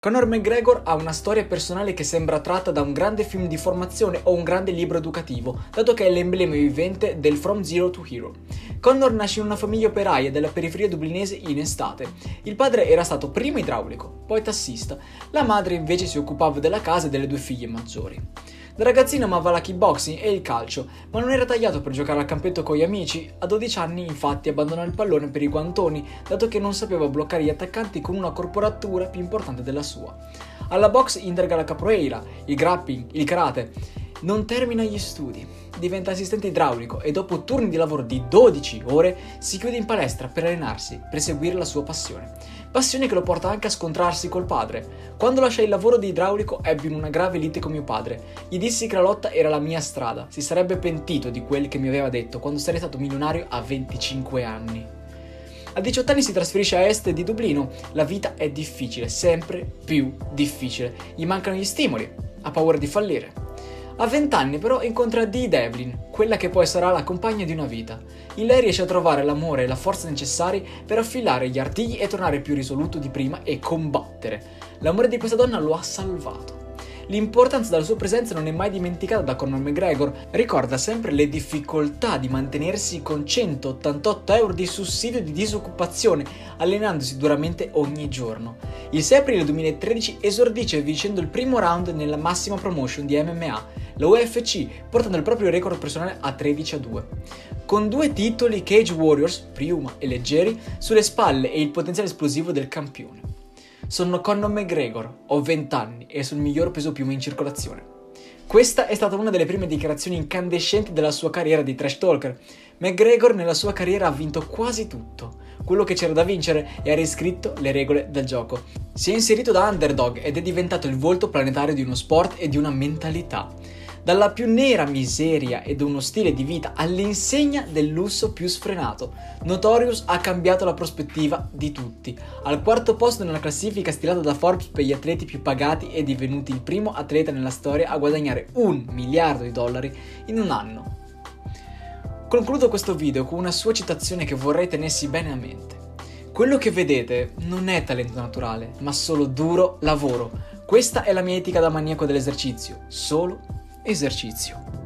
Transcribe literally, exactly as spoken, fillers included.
Conor McGregor ha una storia personale che sembra tratta da un grande film di formazione o un grande libro educativo, dato che è l'emblema vivente del From Zero to Hero. Conor nasce in una famiglia operaia della periferia dublinese in estate. Il padre era stato prima idraulico, poi tassista. La madre invece si occupava della casa e delle due figlie maggiori. Da ragazzino amava la kickboxing e il calcio, ma non era tagliato per giocare al campetto con gli amici. A dodici anni infatti abbandonò il pallone per i guantoni, dato che non sapeva bloccare gli attaccanti con una corporatura più importante della sua. Alla box integra la capoeira, il grappling, il karate. Non termina gli studi, diventa assistente idraulico e dopo turni di lavoro di dodici ore si chiude in palestra per allenarsi, per seguire la sua passione. Passione che lo porta anche a scontrarsi col padre. Quando lasciai il lavoro di idraulico ebbi una grave lite con mio padre. Gli dissi che la lotta era la mia strada, si sarebbe pentito di quel che mi aveva detto quando sarei stato milionario a venticinque anni. A diciotto anni si trasferisce a est di Dublino. La vita è difficile, sempre più difficile. Gli mancano gli stimoli, ha paura di fallire. A vent'anni però incontra Dee Devlin, quella che poi sarà la compagna di una vita. In lei riesce a trovare l'amore e la forza necessari per affilare gli artigli e tornare più risoluto di prima e combattere. L'amore di questa donna lo ha salvato. L'importanza della sua presenza non è mai dimenticata da Conor McGregor, ricorda sempre le difficoltà di mantenersi con centottantotto euro di sussidio di disoccupazione, allenandosi duramente ogni giorno. Il sei aprile duemilatredici esordisce vincendo il primo round nella massima promotion di M M A, la U F C, portando il proprio record personale a tredici a due. Con due titoli Cage Warriors, Priuma e Leggeri, sulle spalle e il potenziale esplosivo del campione. Sono Conor McGregor, ho venti anni e sono il miglior peso piuma in circolazione. Questa è stata una delle prime dichiarazioni incandescenti della sua carriera di trash talker. McGregor nella sua carriera ha vinto quasi tutto, quello che c'era da vincere, e ha riscritto le regole del gioco. Si è inserito da underdog ed è diventato il volto planetario di uno sport e di una mentalità. Dalla più nera miseria ed uno stile di vita all'insegna del lusso più sfrenato, Notorious ha cambiato la prospettiva di tutti. Al quarto posto nella classifica stilata da Forbes per gli atleti più pagati è divenuto il primo atleta nella storia a guadagnare un miliardo di dollari in un anno. Concludo questo video con una sua citazione che vorrei tenessi bene a mente. Quello che vedete non è talento naturale, ma solo duro lavoro. Questa è la mia etica da maniaco dell'esercizio, solo esercizio.